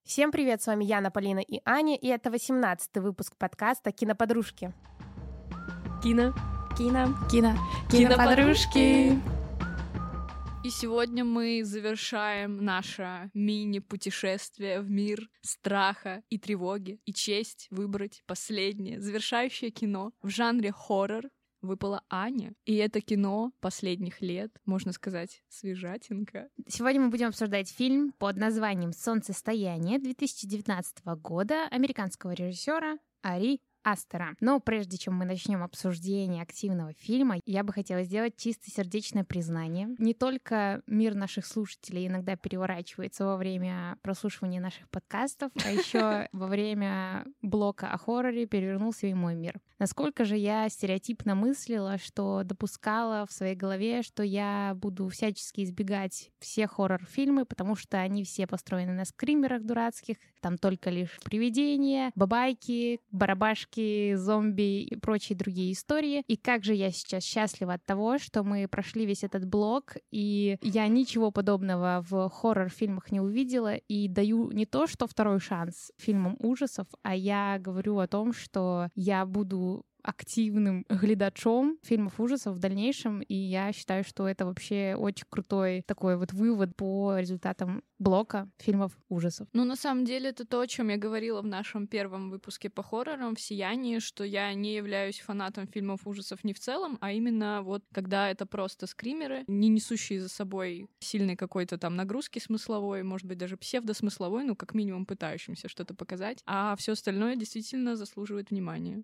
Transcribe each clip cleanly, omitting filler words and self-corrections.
Всем привет, с вами Яна, Полина и Аня, и это 18-й выпуск подкаста «Киноподружки». Киноподружки! И сегодня мы завершаем наше мини-путешествие в мир страха и тревоги, и честь выбрать последнее, завершающее кино в жанре хоррор. Выпала Аня, и это кино последних лет, можно сказать, свежатинка. Сегодня мы будем обсуждать фильм под названием «Солнцестояние» 2019 года американского режиссера Ари Астера. Но прежде чем мы начнем обсуждение активного фильма, я бы хотела сделать чистосердечное признание. Не только мир наших слушателей иногда переворачивается во время прослушивания наших подкастов, а еще во время блока о хорроре перевернулся и мой мир. Насколько же я стереотипно мыслила, что допускала в своей голове, что я буду всячески избегать все хоррор-фильмы, потому что они все построены на скримерах дурацких, там только лишь привидения, бабайки, барабашки, зомби и прочие другие истории. И как же я сейчас счастлива от того, что мы прошли весь этот блок, и я ничего подобного в хоррор-фильмах не увидела, и даю не то, что второй шанс фильмам ужасов, а я говорю о том, что я буду активным глядачом фильмов ужасов в дальнейшем, и я считаю, что это вообще очень крутой такой вот вывод по результатам блока фильмов ужасов. Ну, на самом деле, это то, о чем я говорила в нашем первом выпуске по хоррорам в «Сиянии», что я не являюсь фанатом фильмов ужасов не в целом, а именно вот когда это просто скримеры, не несущие за собой сильной какой-то там нагрузки смысловой, может быть, даже псевдосмысловой, ну, как минимум пытающимся что-то показать, а все остальное действительно заслуживает внимания.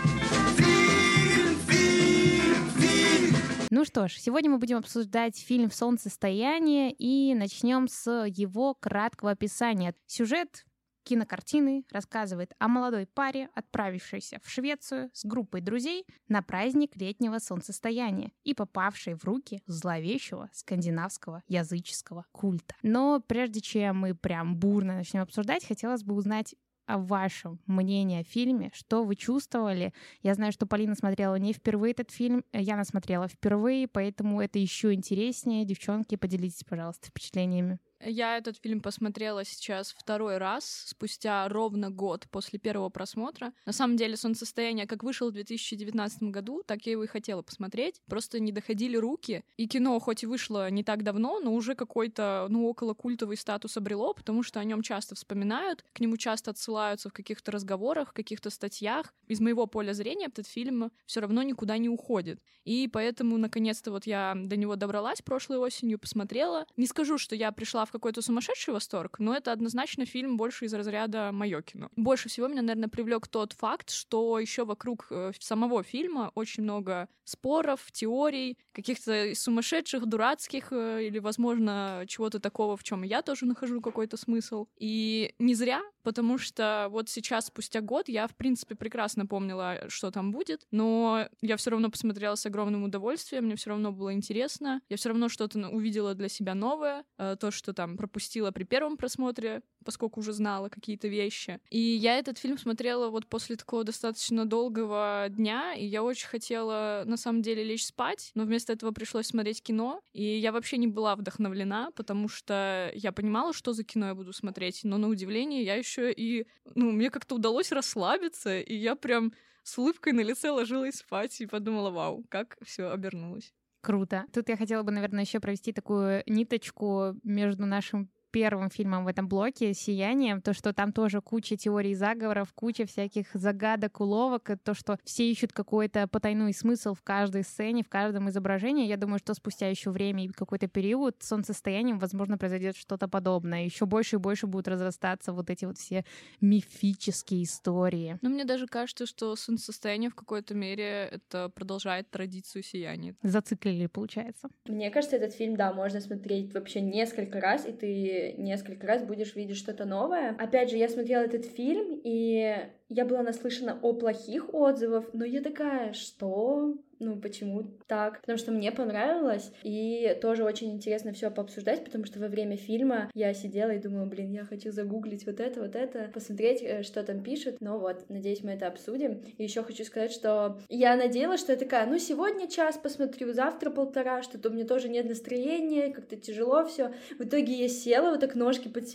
Ну что ж, сегодня мы будем обсуждать фильм «Солнцестояние» и начнем с его краткого описания. Сюжет кинокартины рассказывает о молодой паре, отправившейся в Швецию с группой друзей на праздник летнего солнцестояния и попавшей в руки зловещего скандинавского языческого культа. Но прежде чем мы прям бурно начнем обсуждать, хотелось бы узнать о вашем мнении о фильме, что вы чувствовали. Я знаю, что Полина смотрела не впервые этот фильм, Яна смотрела впервые, поэтому это еще интереснее. Девчонки, поделитесь, пожалуйста, впечатлениями. Я этот фильм посмотрела сейчас второй раз, спустя ровно год после первого просмотра. На самом деле, «Солнцестояние» как вышел в 2019 году, так я его и хотела посмотреть. Просто не доходили руки. И кино хоть и вышло не так давно, но уже какой-то, околокультовый статус обрело, потому что о нем часто вспоминают, к нему часто отсылаются в каких-то разговорах, в каких-то статьях. Из моего поля зрения этот фильм все равно никуда не уходит. И поэтому, наконец-то, вот я до него добралась прошлой осенью, посмотрела. Не скажу, что я пришла в какой-то сумасшедший восторг, но это однозначно фильм больше из разряда «моё кино». Больше всего меня, наверное, привлек тот факт, что еще вокруг самого фильма очень много споров, теорий, каких-то сумасшедших, дурацких или, возможно, чего-то такого, в чем я тоже нахожу какой-то смысл. И не зря, потому что вот сейчас, спустя год, я, в принципе, прекрасно помнила, что там будет, но я все равно посмотрела с огромным удовольствием, мне все равно было интересно, я все равно что-то увидела для себя новое, то, что там пропустила при первом просмотре, поскольку уже знала какие-то вещи. И я этот фильм смотрела вот после такого достаточно долгого дня, и я очень хотела, на самом деле, лечь спать, но вместо этого пришлось смотреть кино, и я вообще не была вдохновлена, потому что я понимала, что за кино я буду смотреть, но на удивление я еще и... мне как-то удалось расслабиться, и я прям с улыбкой на лице ложилась спать и подумала, вау, как все обернулось. Круто. Тут я хотела бы, наверное, еще провести такую ниточку между нашим первым фильмом в этом блоке «Сиянием», то, что там тоже куча теорий заговоров, куча всяких загадок, уловок, и то, что все ищут какой-то потайной смысл в каждой сцене, в каждом изображении. Я думаю, что спустя еще время и какой-то период с «Солнцестоянием», возможно, произойдет что-то подобное. Еще больше и больше будут разрастаться вот эти вот все мифические истории. Но мне даже кажется, что «Солнцестояние» в какой-то мере это продолжает традицию «Сияния». Зациклили, получается. Мне кажется, этот фильм, да, можно смотреть вообще несколько раз, и ты несколько раз будешь видеть что-то новое. Опять же, я смотрела этот фильм, и я была наслышана о плохих отзывах, но я такая, что? Почему так? Потому что мне понравилось, и тоже очень интересно все пообсуждать, потому что во время фильма я сидела и думала, я хочу загуглить вот это, посмотреть, что там пишут. Но вот, надеюсь, мы это обсудим. И еще хочу сказать, что я надеялась, что я такая, сегодня час посмотрю, завтра полтора, что-то у меня тоже нет настроения, как-то тяжело все. В итоге я села, вот так ножки под себя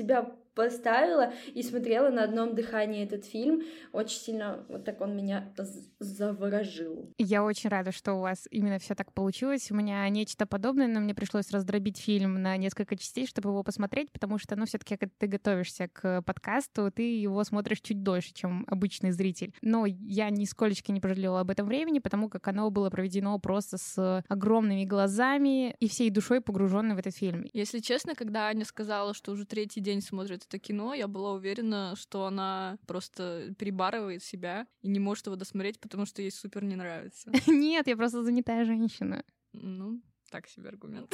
поставила и смотрела на одном дыхании этот фильм. Очень сильно вот так он меня заворожил. Я очень рада, что у вас именно все так получилось. У меня нечто подобное, но мне пришлось раздробить фильм на несколько частей, чтобы его посмотреть, потому что, ну, все-таки, когда ты готовишься к подкасту, ты его смотришь чуть дольше, чем обычный зритель. Но я нисколечко не пожалела об этом времени, потому как оно было проведено просто с огромными глазами и всей душой погруженной в этот фильм. Если честно, когда Аня сказала, что уже 3-й день смотрит это кино, я была уверена, что она просто перебарывает себя и не может его досмотреть, потому что ей супер не нравится. Нет, я просто занятая женщина. Ну, так себе аргумент.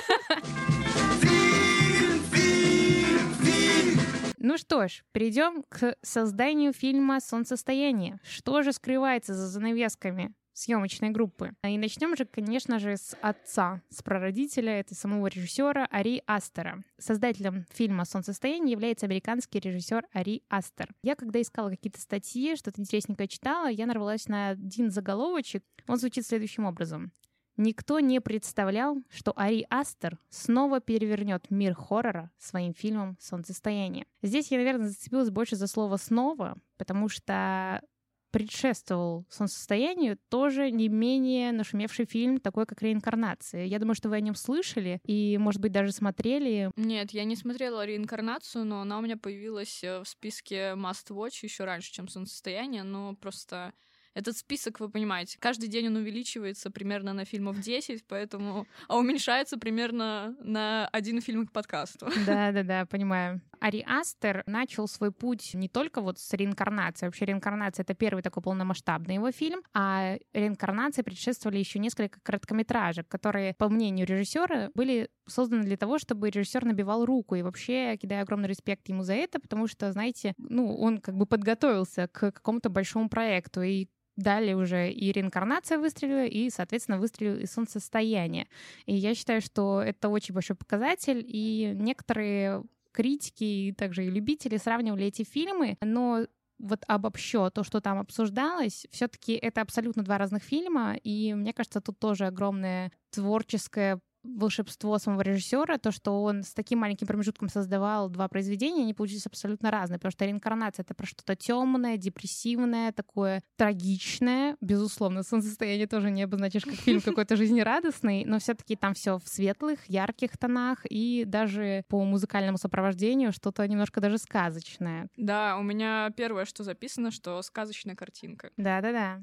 Ну что ж, перейдем к созданию фильма «Солнцестояние». Что же скрывается за занавесками съемочной группы? И начнем же, конечно же, с отца, с прародителя, это самого режиссера Ари Астера. Создателем фильма «Солнцестояние» является американский режиссер Ари Астер. Я, когда искала какие-то статьи, что-то интересненькое читала, я нарвалась на один заголовочек. Он звучит следующим образом. Никто не представлял, что Ари Астер снова перевернет мир хоррора своим фильмом «Солнцестояние». Здесь я, наверное, зацепилась больше за слово «снова», потому что предшествовал «Солнцестоянию» тоже не менее нашумевший фильм, такой как «Реинкарнация». Я думаю, что вы о нем слышали и, может быть, даже смотрели. Нет, я не смотрела «Реинкарнацию», но она у меня появилась в списке Must Watch еще раньше, чем «Солнцестояние», но просто... Этот список, вы понимаете, каждый день он увеличивается примерно на фильмов 10, поэтому... А уменьшается примерно на 1 фильм к подкасту. Да, понимаю. Ари Астер начал свой путь не только вот с «Реинкарнацией». Вообще «Реинкарнация» — это первый такой полномасштабный его фильм, а «Реинкарнации» предшествовали еще несколько короткометражек, которые, по мнению режиссера, были созданы для того, чтобы режиссер набивал руку. И вообще, кидаю огромный респект ему за это, потому что, знаете, ну, он как бы подготовился к какому-то большому проекту, и далее уже и «Реинкарнация» выстрелила, и, соответственно, выстрелил и «Солнцестояние». И я считаю, что это очень большой показатель, и некоторые критики и также и любители сравнивали эти фильмы, но вот обобщо то, что там обсуждалось, все-таки это абсолютно 2 разных фильма, и мне кажется, тут тоже огромное творческое волшебство самого режиссера, то, что он с таким маленьким промежутком создавал 2 произведения, они получились абсолютно разные, потому что «Реинкарнация» — это про что-то темное, депрессивное, такое трагичное. Безусловно, «Солнцестояние» тоже не обозначишь как фильм какой-то жизнерадостный, но все-таки там все в светлых, ярких тонах, и даже по музыкальному сопровождению что-то немножко даже сказочное. Да, у меня первое, что записано, что сказочная картинка. Да.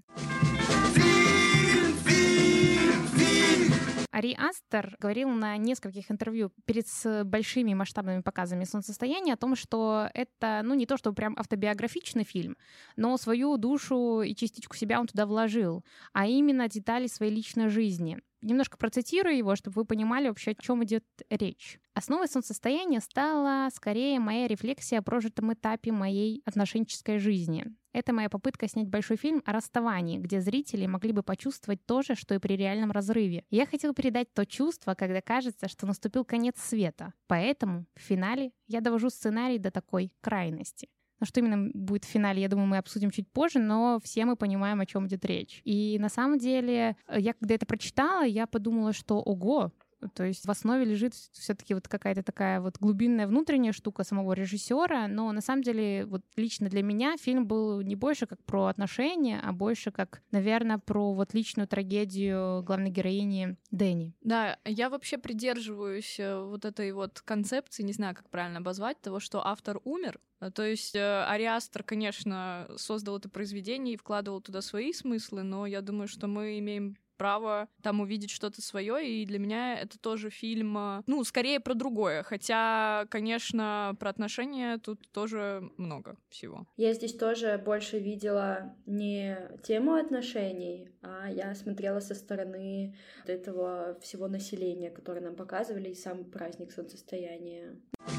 Ари Астер говорил на нескольких интервью перед большими масштабными показами «Солнцестояния» о том, что это, ну, не то чтобы прям автобиографичный фильм, но свою душу и частичку себя он туда вложил, а именно детали своей личной жизни. Немножко процитирую его, чтобы вы понимали вообще, о чем идет речь. Основой «Солнцестояния» стала скорее моя рефлексия о прожитом этапе моей отношенческой жизни. Это моя попытка снять большой фильм о расставании, где зрители могли бы почувствовать то же, что и при реальном разрыве. Я хотела передать то чувство, когда кажется, что наступил конец света. Поэтому в финале я довожу сценарий до такой крайности. Но что именно будет в финале, я думаю, мы обсудим чуть позже, но все мы понимаем, о чем идет речь. И на самом деле, я когда это прочитала, я подумала, что ого, то есть в основе лежит все-таки вот какая-то такая вот глубинная внутренняя штука самого режиссера, но на самом деле вот лично для меня фильм был не больше как про отношения, а больше как, наверное, про вот личную трагедию главной героини Дэнни. Да, я вообще придерживаюсь вот этой вот концепции, не знаю, как правильно обозвать, того, что автор умер. То есть Ари Астер, конечно, создал это произведение и вкладывал туда свои смыслы, но я думаю, что мы имеем право там увидеть что-то свое, и для меня это тоже фильм, ну, скорее про другое, хотя, конечно, про отношения тут тоже много всего. Я здесь тоже больше видела не тему отношений, а я смотрела со стороны вот этого всего населения, которое нам показывали, и сам праздник солнцестояния.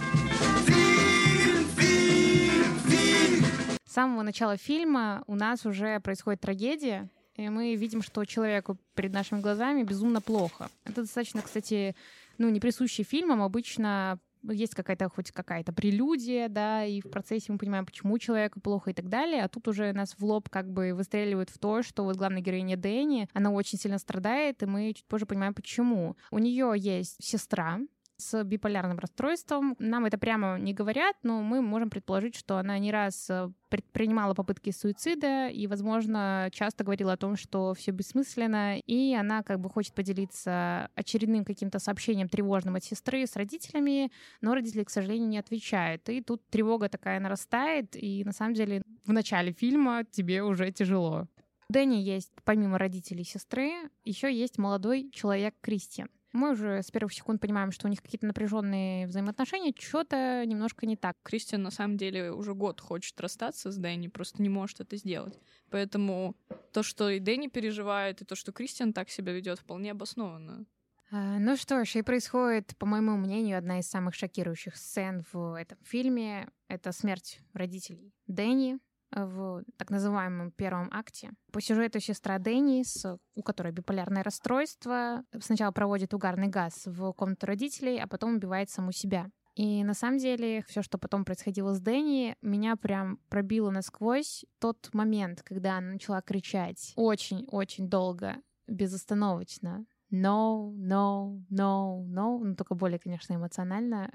С самого начала фильма у нас уже происходит трагедия, и мы видим, что человеку перед нашими глазами безумно плохо. Это достаточно, кстати, ну, не присущий фильмам. Обычно есть хоть какая-то прелюдия, да, и в процессе мы понимаем, почему человеку плохо и так далее, а тут уже нас в лоб как бы выстреливают в то, что вот главная героиня Дэнни, она очень сильно страдает, и мы чуть позже понимаем, почему. У нее есть сестра, с биполярным расстройством. Нам это прямо не говорят, но мы можем предположить, что она не раз предпринимала попытки суицида и, возможно, часто говорила о том, что все бессмысленно, и она как бы хочет поделиться очередным каким-то сообщением тревожным от сестры с родителями, но родители, к сожалению, не отвечают. И тут тревога такая нарастает, и на самом деле в начале фильма тебе уже тяжело. У Дэнни есть, помимо родителей и сестры, еще есть молодой человек Кристиан. Мы уже с первых секунд понимаем, что у них какие-то напряженные взаимоотношения, что-то немножко не так. Кристиан на самом деле уже год хочет расстаться с Дэнни, просто не может это сделать. Поэтому то, что и Дэнни переживает, и то, что Кристиан так себя ведет, вполне обоснованно. Ну что ж, и происходит, по моему мнению, одна из самых шокирующих сцен в этом фильме. Это смерть родителей Дэнни в так называемом первом акте. По сюжету сестра Дэнни, у которой биполярное расстройство, сначала проводит угарный газ в комнату родителей, а потом убивает саму себя. И на самом деле все, что потом происходило с Дэнни, меня прям пробило насквозь тот момент, когда она начала кричать очень-очень долго, безостановочно. No, no, no, no. Ну, только более, конечно, эмоционально.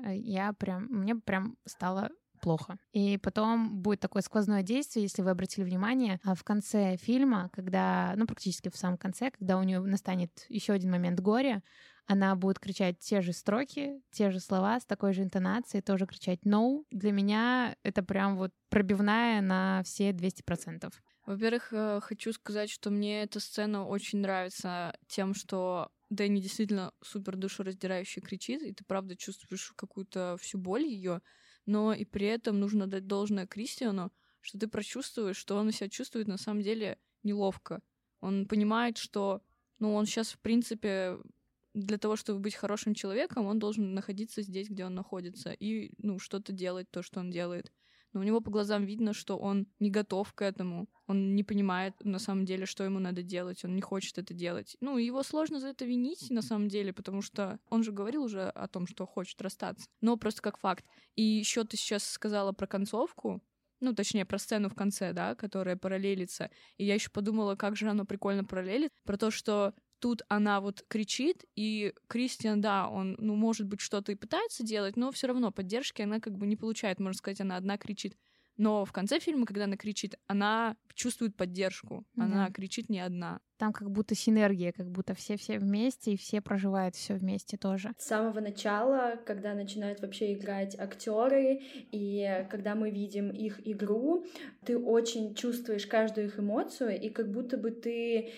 Мне прям стало плохо. И потом будет такое сквозное действие, если вы обратили внимание, в конце фильма, когда, практически в самом конце, когда у нее настанет еще один момент горя, она будет кричать те же строки, те же слова с такой же интонацией, тоже кричать «no». Для меня это прям вот пробивная на все 200%. Во-первых, хочу сказать, что мне эта сцена очень нравится тем, что Дэнни действительно супер душераздирающе кричит, и ты правда чувствуешь какую-то всю боль ее, но и при этом нужно дать должное Кристиану, что ты прочувствуешь, что он себя чувствует на самом деле неловко. Он понимает, что он сейчас, в принципе, для того, чтобы быть хорошим человеком, он должен находиться здесь, где он находится, и что-то делать, то, что он делает. Но у него по глазам видно, что он не готов к этому, он не понимает на самом деле, что ему надо делать, он не хочет это делать. Его сложно за это винить на самом деле, потому что он же говорил уже о том, что хочет расстаться, но просто как факт. И еще ты сейчас сказала про концовку, точнее, про сцену в конце, да, которая параллелится, и я еще подумала, как же оно прикольно параллелит, про то, что тут она вот кричит, и Кристиан, да, он, может быть, что-то и пытается делать, но все равно поддержки она как бы не получает, можно сказать, она одна кричит. Но в конце фильма, когда она кричит, она чувствует поддержку, она кричит не одна. Там как будто синергия, как будто все вместе, и все проживают все вместе тоже. С самого начала, когда начинают вообще играть актеры, и когда мы видим их игру, ты очень чувствуешь каждую их эмоцию, и как будто бы ты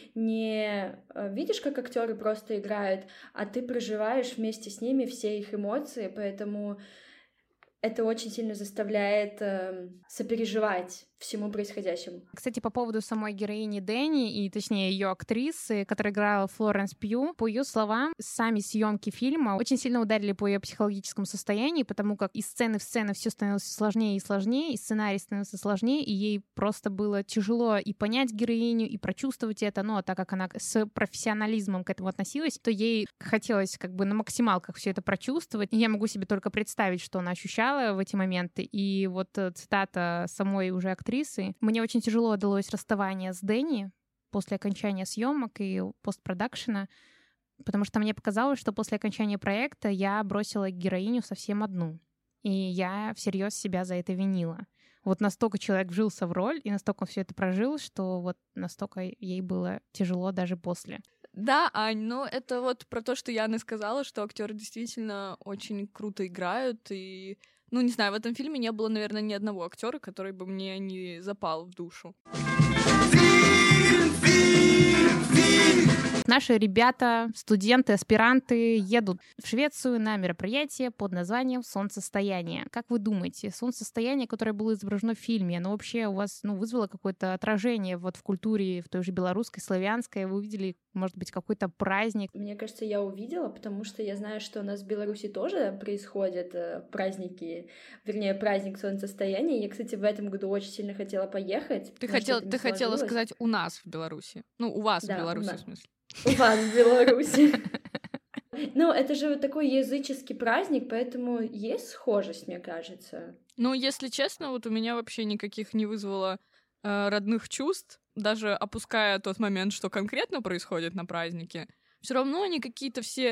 не видишь, как актеры просто играют, а ты проживаешь вместе с ними все их эмоции, поэтому это очень сильно заставляет сопереживать всему происходящему. Кстати, по поводу самой героини Дэнни, и точнее ее актрисы, которая играла Флоренс Пью, по ее словам, сами съемки фильма очень сильно ударили по ее психологическому состоянию, потому как из сцены в сцену все становилось сложнее и сложнее, и сценарий становился сложнее, и ей просто было тяжело и понять героиню, и прочувствовать это, а так как она с профессионализмом к этому относилась, то ей хотелось как бы на максималках все это прочувствовать. И я могу себе только представить, что она ощущала в эти моменты. И вот цитата самой уже актрисы: «Мне очень тяжело удалось расставание с Дэнни после окончания съемок и постпродакшена, потому что мне показалось, что после окончания проекта я бросила героиню совсем одну, и я всерьез себя за это винила». Вот настолько человек вжился в роль, и настолько он все это прожил, что вот настолько ей было тяжело даже после. Да, Ань, это вот про то, что Яна сказала, что актеры действительно очень круто играют, и не знаю, в этом фильме не было, наверное, ни одного актера, который бы мне не запал в душу. Наши ребята, студенты, аспиранты едут в Швецию на мероприятие под названием «Солнцестояние». Как вы думаете, солнцестояние, которое было изображено в фильме, оно вообще у вас вызвало какое-то отражение вот в культуре, в той же белорусской, славянской? Вы увидели, может быть, какой-то праздник? Мне кажется, я увидела, потому что я знаю, что у нас в Беларуси тоже происходят праздники, вернее, праздник солнцестояния. Я, кстати, в этом году очень сильно хотела поехать. Ты хотела сказать «у нас в Беларуси». У вас в Беларуси, в смысле. У вас в Беларуси. Это же вот такой языческий праздник, поэтому есть схожесть, мне кажется. Если честно, вот у меня вообще никаких не вызвало родных чувств, даже опуская тот момент, что конкретно происходит на празднике. Все равно они какие-то все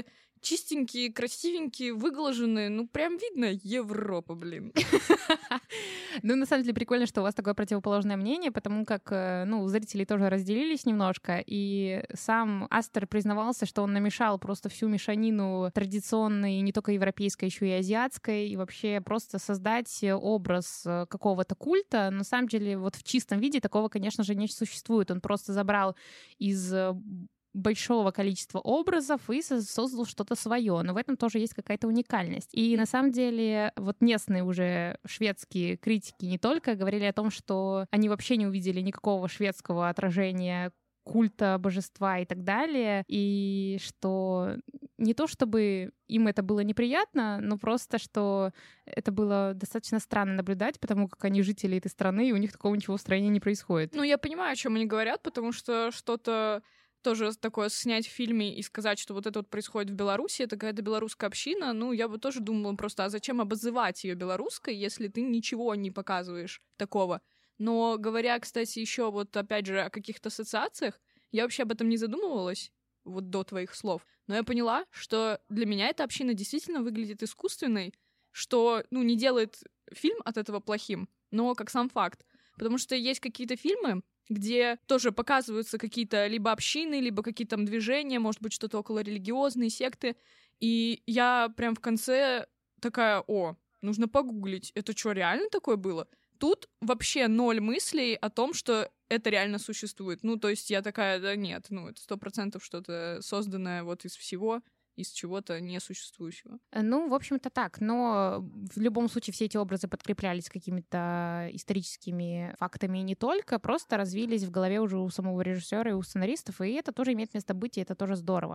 чистенькие, красивенькие, выглаженные. Ну, прям видно Европа, блин. Ну, на самом деле, прикольно, что у вас такое противоположное мнение, потому как, ну, зрители тоже разделились немножко, и сам Астер признавался, что он намешал просто всю мешанину традиционной, не только европейской, еще и азиатской, и вообще просто создать образ какого-то культа. На самом деле, вот в чистом виде такого, конечно же, не существует. Он просто забрал из большого количества образов и создал что-то свое, но в этом тоже есть какая-то уникальность. И на самом деле вот местные уже шведские критики не только говорили о том, что они вообще не увидели никакого шведского отражения культа божества и так далее, и что не то чтобы им это было неприятно, но просто что это было достаточно странно наблюдать, потому как они жители этой страны, и у них такого ничего в стране не происходит. Ну, я понимаю, о чем они говорят, потому что что-то тоже такое снять в фильме и сказать, что вот это вот происходит в Беларуси, это какая-то белорусская община, ну, я бы тоже думала просто, а зачем обозывать ее белорусской, если ты ничего не показываешь такого? Но говоря, кстати, еще вот опять же о каких-то ассоциациях, я вообще об этом не задумывалась, вот до твоих слов, но я поняла, что для меня эта община действительно выглядит искусственной, что, ну, не делает фильм от этого плохим, но как сам факт. Потому что есть какие-то фильмы, где тоже показываются какие-то либо общины, либо какие-то там движения, может быть, что-то около религиозные секты. И я прям в конце такая, нужно погуглить, это что, реально такое было? Тут вообще 0 мыслей о том, что это реально существует. Ну, то есть я такая, да нет, ну, это 100% что-то созданное вот из всего, из чего-то несуществующего. Ну, в общем-то так, но в любом случае все эти образы подкреплялись какими-то историческими фактами и не только, просто развились в голове уже у самого режиссера и у сценаристов, и это тоже имеет место быть, и это тоже здорово.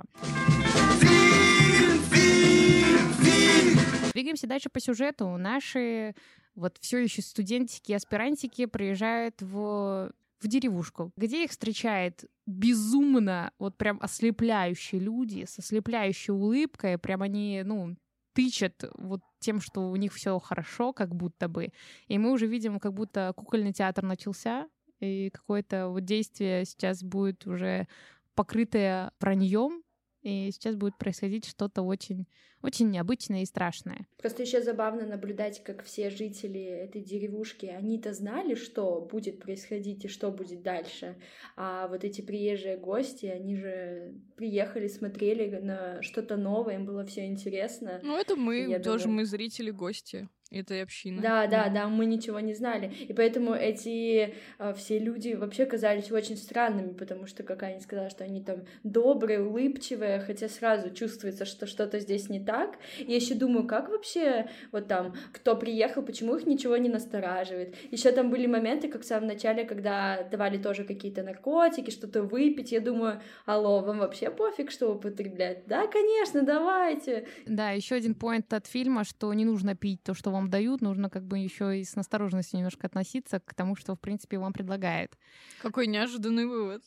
Двигаемся дальше по сюжету. Наши вот все еще студентики, аспирантики приезжают в деревушку, где их встречает безумно, вот прям ослепляющие люди с ослепляющей улыбкой, прям они, ну, тычат вот тем, что у них все хорошо, как будто бы. И мы уже видим, как будто кукольный театр начался, и какое-то вот действие сейчас будет уже покрытое враньем, и сейчас будет происходить что-то очень, очень необычное и страшное. Просто еще забавно наблюдать, как все жители этой деревушки, они-то знали, что будет происходить и что будет дальше. А вот эти приезжие гости, они же приехали, смотрели на что-то новое, им было все интересно. Ну, это мы, тоже мы зрители, гости этой общины. Да, мы ничего не знали. И поэтому эти все люди вообще казались очень странными, потому что, как Аня сказала, что они там добрые, улыбчивые, хотя сразу чувствуется, что что-то здесь не так. И я еще думаю, как вообще вот там, кто приехал, почему их ничего не настораживает. Еще там были моменты, как в самом начале, когда давали тоже какие-то наркотики, что-то выпить. Я думаю, алло, вам вообще пофиг, что употреблять? Да, конечно, давайте. Да, еще один поинт от фильма, что не нужно пить то, что вам дают, нужно как бы еще и с настороженностью немножко относиться к тому, что, в принципе, вам предлагают. Какой неожиданный вывод.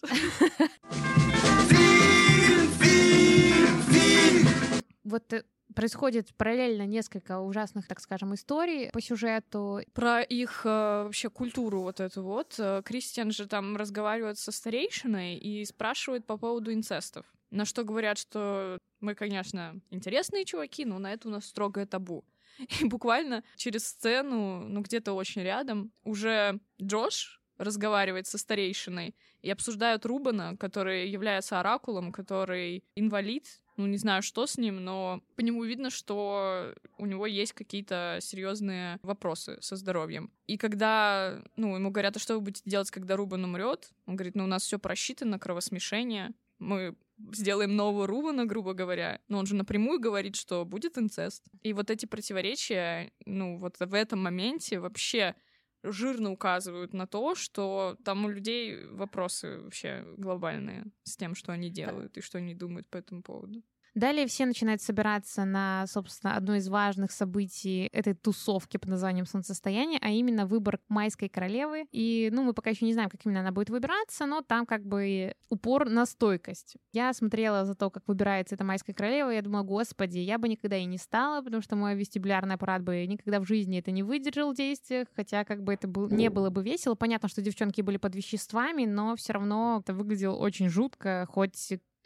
Вот происходит параллельно несколько ужасных, так скажем, историй по сюжету. Про их вообще культуру вот эту вот. Кристиан же там разговаривает со старейшиной и спрашивает по поводу инцестов. На что говорят, что мы, конечно, интересные чуваки, но на это у нас строгое табу. И буквально через сцену, ну где-то очень рядом, уже Джош разговаривает со старейшиной и обсуждают Рубена, который является оракулом, который инвалид. Ну, не знаю, что с ним, но по нему видно, что у него есть какие-то серьезные вопросы со здоровьем. И когда, ему говорят, а что вы будете делать, когда Рубен умрет? Он говорит, у нас все просчитано, кровосмешение. Мы сделаем нового Рубена, грубо говоря. Но он же напрямую говорит, что будет инцест. И вот эти противоречия, вот в этом моменте вообще жирно указывают на то, что там у людей вопросы вообще глобальные с тем, что они делают и что они думают по этому поводу. Далее все начинают собираться на, собственно, одно из важных событий этой тусовки под названием «Солнцестояние», а именно выбор майской королевы. И, мы пока еще не знаем, как именно она будет выбираться, но там как бы упор на стойкость. Я смотрела за то, как выбирается эта майская королева, и я думала, господи, я бы никогда и не стала, потому что мой вестибулярный аппарат бы никогда в жизни это не выдержал в действиях, хотя как бы это не было бы весело. Понятно, что девчонки были под веществами, но все равно это выглядело очень жутко, хоть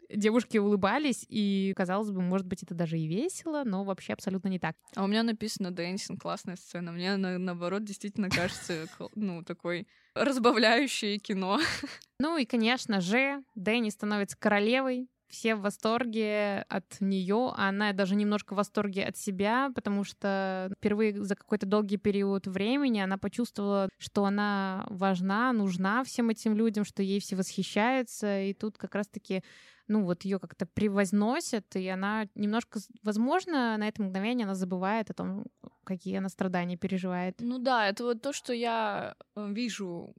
девушки улыбались, и, казалось бы, может быть, это даже и весело, но вообще абсолютно не так. А у меня написано «Dancing», классная сцена. Мне, наоборот, действительно кажется, такой разбавляющее кино. Ну и, конечно же, Дэнни становится королевой. Все в восторге от нее, а она даже немножко в восторге от себя, потому что впервые за какой-то долгий период времени она почувствовала, что она важна, нужна всем этим людям, что ей все восхищаются, и тут как раз-таки ее как-то превозносят, и она немножко, возможно, на это мгновение она забывает о том, какие она страдания переживает. Ну да, это вот то, что я вижу,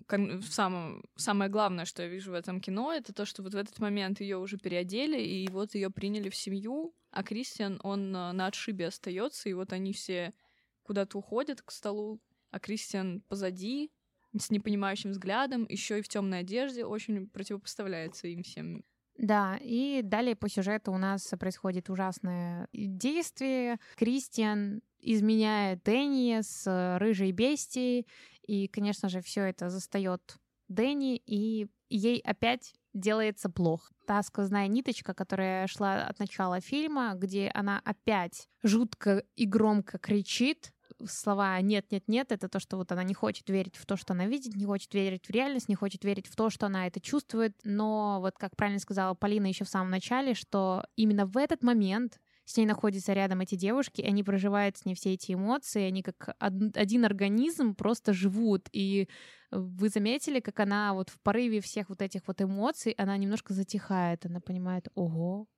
самое главное, что я вижу в этом кино, это то, что вот в этот момент ее уже переодели, и вот ее приняли в семью, а Кристиан, он на отшибе остается, и вот они все куда-то уходят к столу, а Кристиан позади, с непонимающим взглядом, еще и в темной одежде, очень противопоставляется им всем. Да, и далее по сюжету у нас происходит ужасное действие. Кристиан изменяет Дэнни с рыжей бестией, и, конечно же, все это застаёт Дэнни, и ей опять делается плохо. Та сквозная ниточка, которая шла от начала фильма, где она опять жутко и громко кричит, слова «нет, нет, нет», это то, что вот она не хочет верить в то, что она видит, не хочет верить в реальность, не хочет верить в то, что она это чувствует. Но вот как правильно сказала Полина еще в самом начале, что именно в этот момент с ней находятся рядом эти девушки, и они проживают с ней все эти эмоции, они как один организм просто живут. И вы заметили, как она вот в порыве всех вот этих вот эмоций, она немножко затихает, она понимает, ого.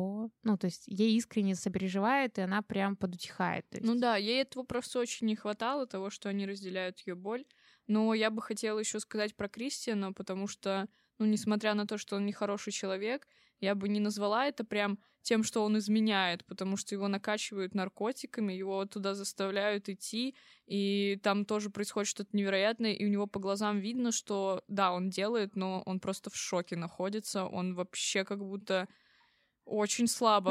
То есть ей искренне сопереживает, и она прям подутихает. То есть... Ну да, ей этого просто очень не хватало, того, что они разделяют ее боль. Но я бы хотела еще сказать про Кристиана, потому что, несмотря на то, что он нехороший человек, я бы не назвала это прям тем, что он изменяет, потому что его накачивают наркотиками, его туда заставляют идти, и там тоже происходит что-то невероятное, и у него по глазам видно, что да, он делает, но он просто в шоке находится, он вообще как будто очень слабо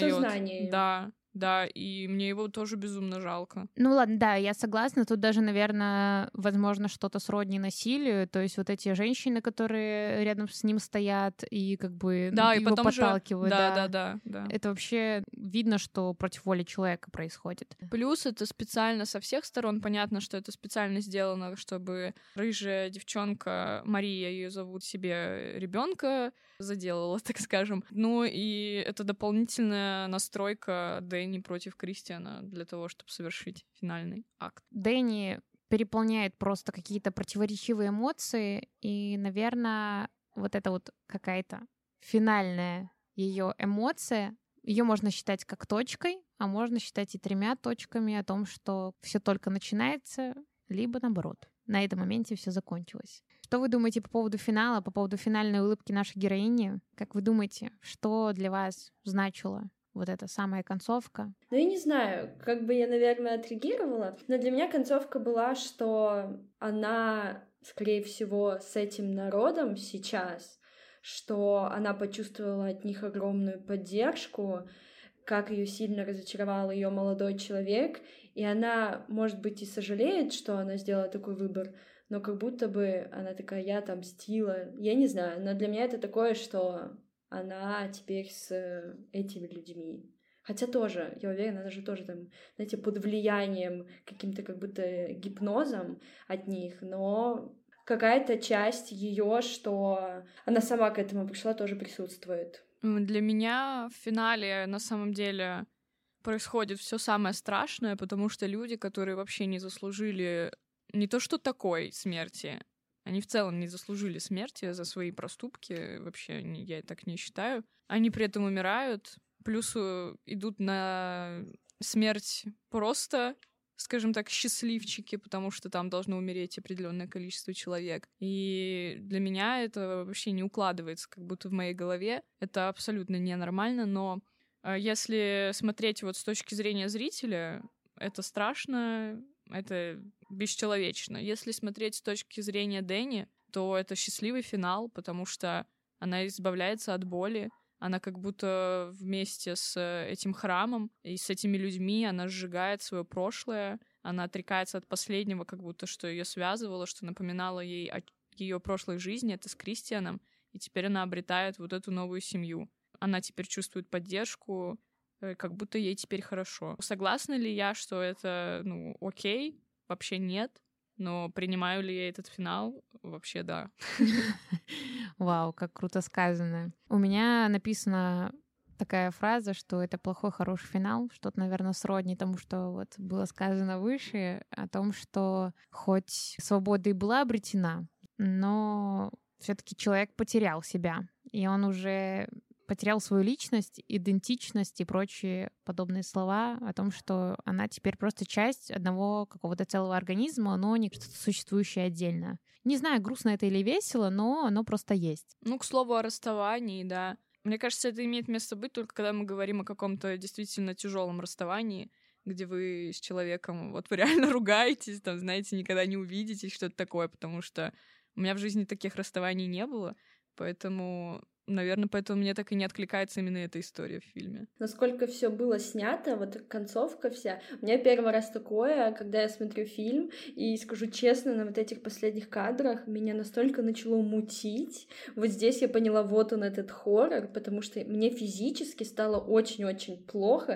осознает. Да, и мне его тоже безумно жалко. Ну ладно, да, я согласна. Тут даже, наверное, возможно, что-то сродни насилию. То есть вот эти женщины, которые рядом с ним стоят и как бы да, его и потом подталкивают. Да. Это вообще видно, что против воли человека происходит. Плюс это специально со всех сторон. Понятно, что это специально сделано, чтобы рыжая девчонка, Мария ее зовут, себе ребенка заделала, так скажем. Ну и это дополнительная настройка Дэнни против Кристиана для того, чтобы совершить финальный акт. Дэнни переполняет просто какие-то противоречивые эмоции, и, наверное, вот это вот какая-то финальная ее эмоция, ее можно считать как точкой, а можно считать и 3 точками о том, что все только начинается, либо наоборот. На этом моменте все закончилось. Что вы думаете по поводу финала, по поводу финальной улыбки нашей героини? Как вы думаете, что для вас значила вот эта самая концовка? Ну, я не знаю, как бы я, наверное, отреагировала, но для меня концовка была, что она, скорее всего, с этим народом сейчас, что она почувствовала от них огромную поддержку, как ее сильно разочаровал ее молодой человек, и она, может быть, и сожалеет, что она сделала такой выбор, но как будто бы она такая, я отомстила. Я не знаю, но для меня это такое, что она теперь с этими людьми. Хотя тоже, я уверена, она же тоже там, знаете, под влиянием каким-то как будто гипнозом от них, но какая-то часть ее, что она сама к этому пришла, тоже присутствует. Для меня в финале на самом деле происходит все самое страшное, потому что люди, которые вообще не заслужили не то что такой смерти, они в целом не заслужили смерти за свои проступки, вообще я так не считаю. Они при этом умирают, плюс идут на смерть просто, скажем так, счастливчики, потому что там должно умереть определенное количество человек. И для меня это вообще не укладывается как будто в моей голове. Это абсолютно ненормально, но если смотреть вот с точки зрения зрителя, это страшно, это бесчеловечно. Если смотреть с точки зрения Дэнни, то это счастливый финал, потому что она избавляется от боли, она как будто вместе с этим храмом и с этими людьми она сжигает свое прошлое, она отрекается от последнего, как будто что ее связывало, что напоминало ей о ее прошлой жизни, это с Кристианом, и теперь она обретает вот эту новую семью. она теперь чувствует поддержку, как будто ей теперь хорошо. Согласна ли я, что это, окей? Вообще нет. Но принимаю ли я этот финал? Вообще да. Вау, как круто сказано. У меня написана такая фраза, что это плохой, хороший финал. Что-то, наверное, сродни тому, что вот было сказано выше, о том, что хоть свобода и была обретена, но все-таки человек потерял себя, и он уже потерял свою личность, идентичность и прочие подобные слова о том, что она теперь просто часть одного какого-то целого организма, но не что-то существующее отдельно. Не знаю, грустно это или весело, но оно просто есть. К слову о расставании, да. Мне кажется, это имеет место быть только когда мы говорим о каком-то действительно тяжелом расставании, где вы с человеком вот вы реально ругаетесь, там, знаете, никогда не увидитесь, что-то такое, потому что у меня в жизни таких расставаний не было, поэтому... Наверное, поэтому мне так и не откликается именно эта история в фильме. Насколько все было снято, вот концовка вся. У меня первый раз такое, когда я смотрю фильм, и скажу честно, на вот этих последних кадрах меня настолько начало мутить. Вот здесь я поняла, вот он этот хоррор, потому что мне физически стало очень-очень плохо.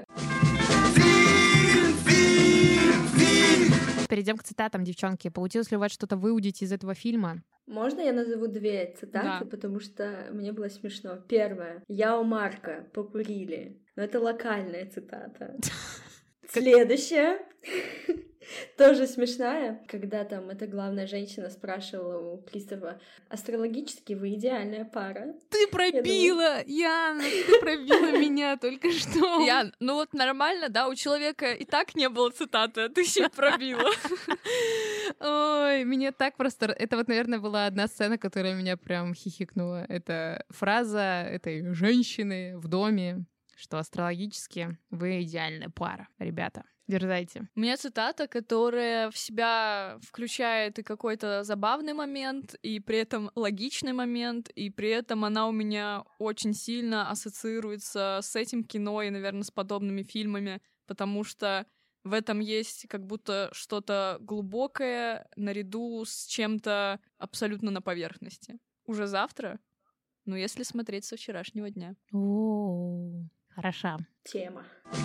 Перейдем к цитатам, девчонки. Получилось ли у вас что-то выудить из этого фильма? Можно я назову 2 цитаты, Да. потому что мне было смешно. Первое. Я у Марка покурили. Но это локальная цитата. Следующая. Тоже смешная, когда там эта главная женщина спрашивала у Кристофа: астрологически вы идеальная пара. Ты пробила, Яна, ты пробила меня только что. Ян, нормально, да, у человека и так не было цитаты, а ты еще пробила. Ой, меня так просто... Это вот, наверное, была одна сцена, которая меня прям хихикнула. Это фраза этой женщины в доме, что астрологически вы идеальная пара, ребята. Дерзайте. У меня цитата, которая в себя включает и какой-то забавный момент, и при этом логичный момент, и при этом она у меня очень сильно ассоциируется с этим кино и, наверное, с подобными фильмами, потому что в этом есть как будто что-то глубокое наряду с чем-то абсолютно на поверхности. Уже завтра, если смотреть со вчерашнего дня. О, хороша. Тема.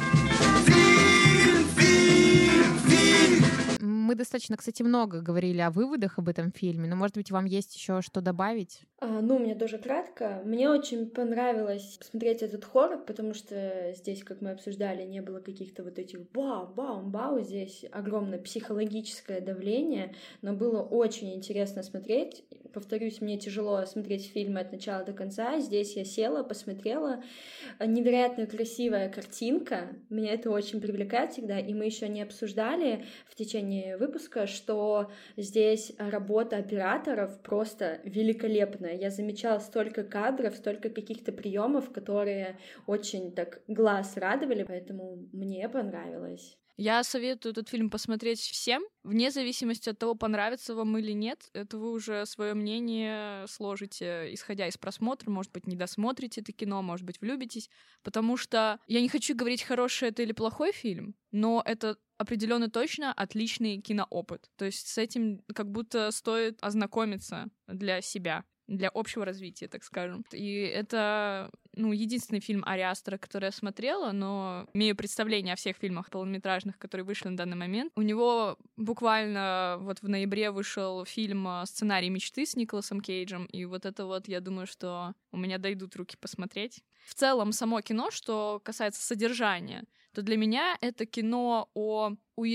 Мы достаточно, кстати, много говорили о выводах об этом фильме, но, может быть, вам есть еще что добавить? Мне тоже кратко. Мне очень понравилось посмотреть этот хоррор, потому что здесь, как мы обсуждали, не было каких-то вот этих бау. Здесь огромное психологическое давление, но было очень интересно смотреть. Повторюсь, мне тяжело смотреть фильмы от начала до конца. Здесь я села, посмотрела. Невероятно красивая картинка. Меня это очень привлекает всегда. И мы еще не обсуждали в течение выпуска, что здесь работа операторов просто великолепная. Я замечала столько кадров, столько каких-то приемов, которые очень так глаз радовали, поэтому мне понравилось. Я советую этот фильм посмотреть всем, вне зависимости от того, понравится вам или нет. Это вы уже свое мнение сложите, исходя из просмотра. Может быть, не досмотрите это кино, может быть, влюбитесь. Потому что я не хочу говорить, хороший это или плохой фильм, но это определенно точно отличный киноопыт. То есть с этим как будто стоит ознакомиться для себя, для общего развития, так скажем. И это, единственный фильм Ари Астера, который я смотрела, но имею представление о всех фильмах полнометражных, которые вышли на данный момент. У него буквально вот в ноябре вышел фильм «Сценарий мечты» с Николасом Кейджем, и вот это вот, я думаю, что у меня дойдут руки посмотреть. В целом, само кино, что касается содержания, то для меня это кино о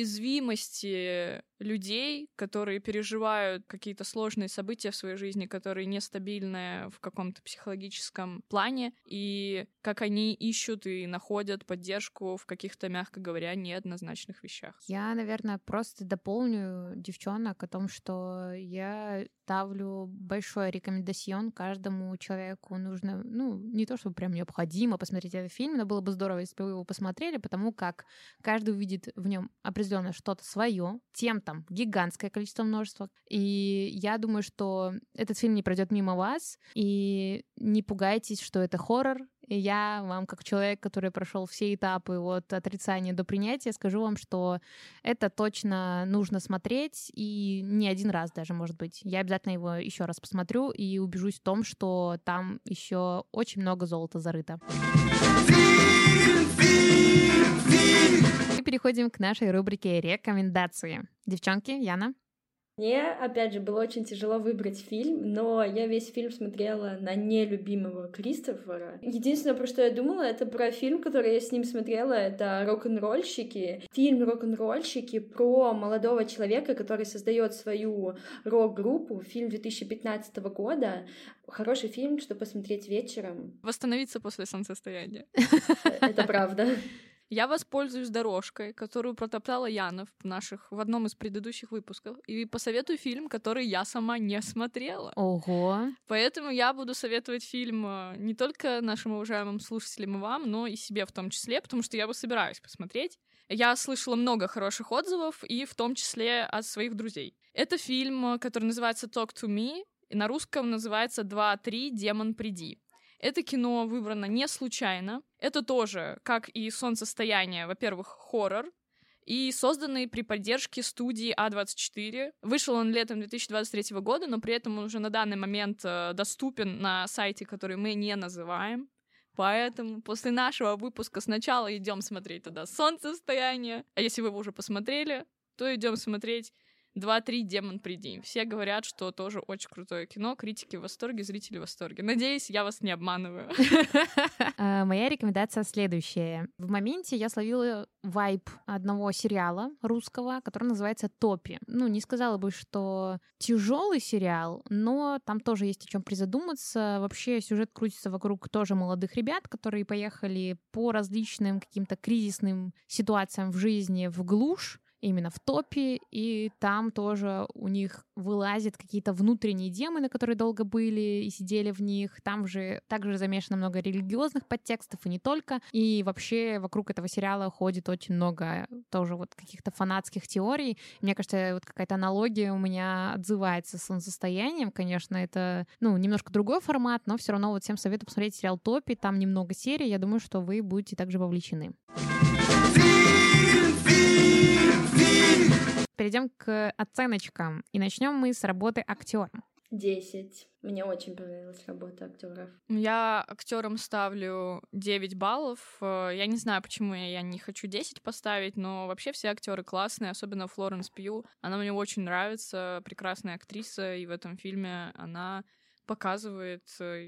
уязвимости людей, которые переживают какие-то сложные события в своей жизни, которые нестабильны в каком-то психологическом плане, и как они ищут и находят поддержку в каких-то, мягко говоря, неоднозначных вещах. Я, наверное, просто дополню девчонок о том, что я ставлю большой рекомендацион каждому человеку. Нужно, не то, чтобы прям необходимо посмотреть этот фильм, но было бы здорово, если бы вы его посмотрели, потому как каждый увидит в нем определенно что-то свое, тем там гигантское количество множества. И я думаю, что этот фильм не пройдет мимо вас. И не пугайтесь, что это хоррор. И я вам, как человек, который прошел все этапы от отрицания до принятия, скажу вам, что это точно нужно смотреть, и не один раз даже, может быть. Я обязательно его еще раз посмотрю и убежусь в том, что там еще очень много золота зарыто. И переходим к нашей рубрике «Рекомендации». Девчонки, Яна? Мне, опять же, было очень тяжело выбрать фильм, но я весь фильм смотрела на нелюбимого Кристофера. Единственное, про что я думала, это про фильм, который я с ним смотрела, это «Рок-н-ролльщики». Фильм «Рок-н-ролльщики» про молодого человека, который создает свою рок-группу. Фильм 2015 года. Хороший фильм, чтобы посмотреть вечером. Восстановиться после солнцестояния. Это правда. Я воспользуюсь дорожкой, которую протоптала Яна в одном из предыдущих выпусков, и посоветую фильм, который я сама не смотрела. Ого! Поэтому я буду советовать фильм не только нашим уважаемым слушателям и вам, но и себе в том числе, потому что я его собираюсь посмотреть. Я слышала много хороших отзывов, и в том числе от своих друзей. Это фильм, который называется «Talk to Me», и на русском называется «2-3. Демон, приди». Это кино выбрано не случайно. Это тоже, как и «Солнцестояние», во-первых, хоррор, и созданный при поддержке студии А24. Вышел он летом 2023 года, но при этом он уже на данный момент доступен на сайте, который мы не называем. Поэтому после нашего выпуска сначала идем смотреть тогда «Солнцестояние», а если вы его уже посмотрели, то идем смотреть 2-3. Демон, приди. Все говорят, что тоже очень крутое кино, критики в восторге, зрители в восторге. Надеюсь, я вас не обманываю. Моя рекомендация следующая. В моменте я словила вайб одного сериала русского, который называется «Топи». Не сказала бы, что тяжелый сериал, но там тоже есть о чем призадуматься. Вообще сюжет крутится вокруг тоже молодых ребят, которые поехали по различным каким-то кризисным ситуациям в жизни в глушь, именно в топе, и там тоже у них вылазят какие-то внутренние демоны, которые долго были и сидели в них. Там же также замешано много религиозных подтекстов, и не только. И вообще вокруг этого сериала ходит очень много тоже вот каких-то фанатских теорий. Мне кажется, вот какая-то аналогия у меня отзывается с «Солнцестоянием». Конечно, это, немножко другой формат, но все равно вот всем советую посмотреть сериал «Топи». Там немного серий. Я думаю, что вы будете также вовлечены. Перейдем к оценочкам. И начнем мы с работы актера. 10. Мне очень понравилась работа актеров. Я актерам ставлю 9 баллов. Я не знаю, почему я не хочу 10 поставить, но вообще все актеры классные, особенно Флоренс Пью. Она мне очень нравится, прекрасная актриса, и в этом фильме она показывает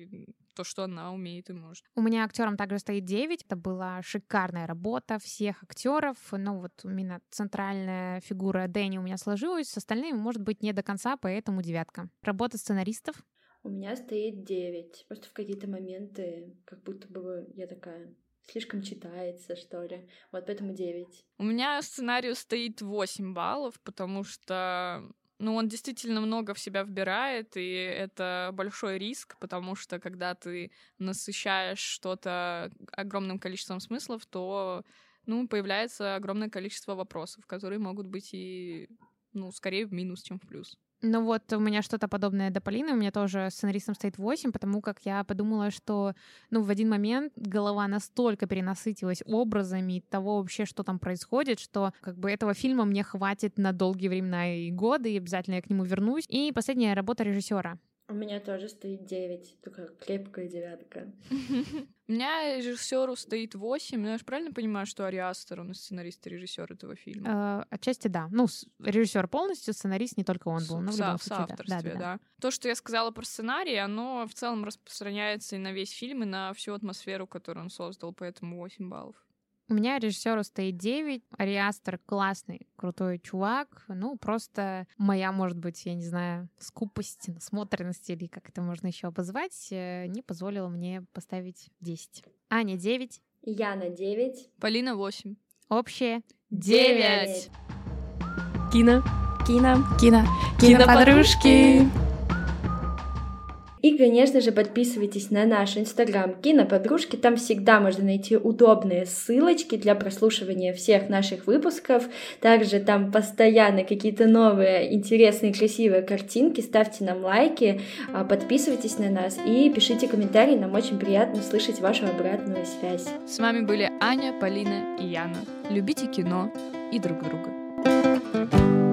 то, что она умеет и может. У меня актером также стоит 9. Это была шикарная работа всех актеров. Вот именно центральная фигура Дэнни у меня сложилась. С остальными, может быть, не до конца, поэтому 9. Работа сценаристов. У меня стоит 9. Просто в какие-то моменты как будто бы я такая... слишком читается, что ли. Вот поэтому 9. У меня сценарию стоит 8 баллов, потому что... он действительно много в себя вбирает, и это большой риск, потому что когда ты насыщаешь что-то огромным количеством смыслов, то, появляется огромное количество вопросов, которые могут быть и, скорее в минус, чем в плюс. Вот у меня что-то подобное до Полины. У меня тоже сценаристом стоит 8, потому как я подумала, что в один момент голова настолько перенасытилась образами того вообще, что там происходит, что этого фильма мне хватит на долгие времена и годы, и обязательно я к нему вернусь. И последняя работа режиссера. У меня тоже стоит 9, такая крепкая 9. У меня режиссеру стоит 8. Я же правильно понимаю, что Ари Астер, он сценарист и режиссер этого фильма? Отчасти да. Режиссер полностью, сценарист не только он был. Но в любом случае, в авторстве, да. То, что я сказала про сценарий, оно в целом распространяется и на весь фильм, и на всю атмосферу, которую он создал, поэтому 8 баллов. У меня режиссеру стоит 9. Ари Астер классный, крутой чувак. Просто моя, может быть, я не знаю, скупость, насмотренность или как это можно еще обозвать, не позволила мне поставить 10. Аня 9. Яна 9. Полина 8. Общее 9. Кино, подружки. И, конечно же, подписывайтесь на наш инстаграм Киноподружки, там всегда можно найти удобные ссылочки для прослушивания всех наших выпусков, также там постоянно какие-то новые, интересные, красивые картинки, ставьте нам лайки, подписывайтесь на нас и пишите комментарии, нам очень приятно слышать вашу обратную связь. С вами были Аня, Полина и Яна. Любите кино и друг друга.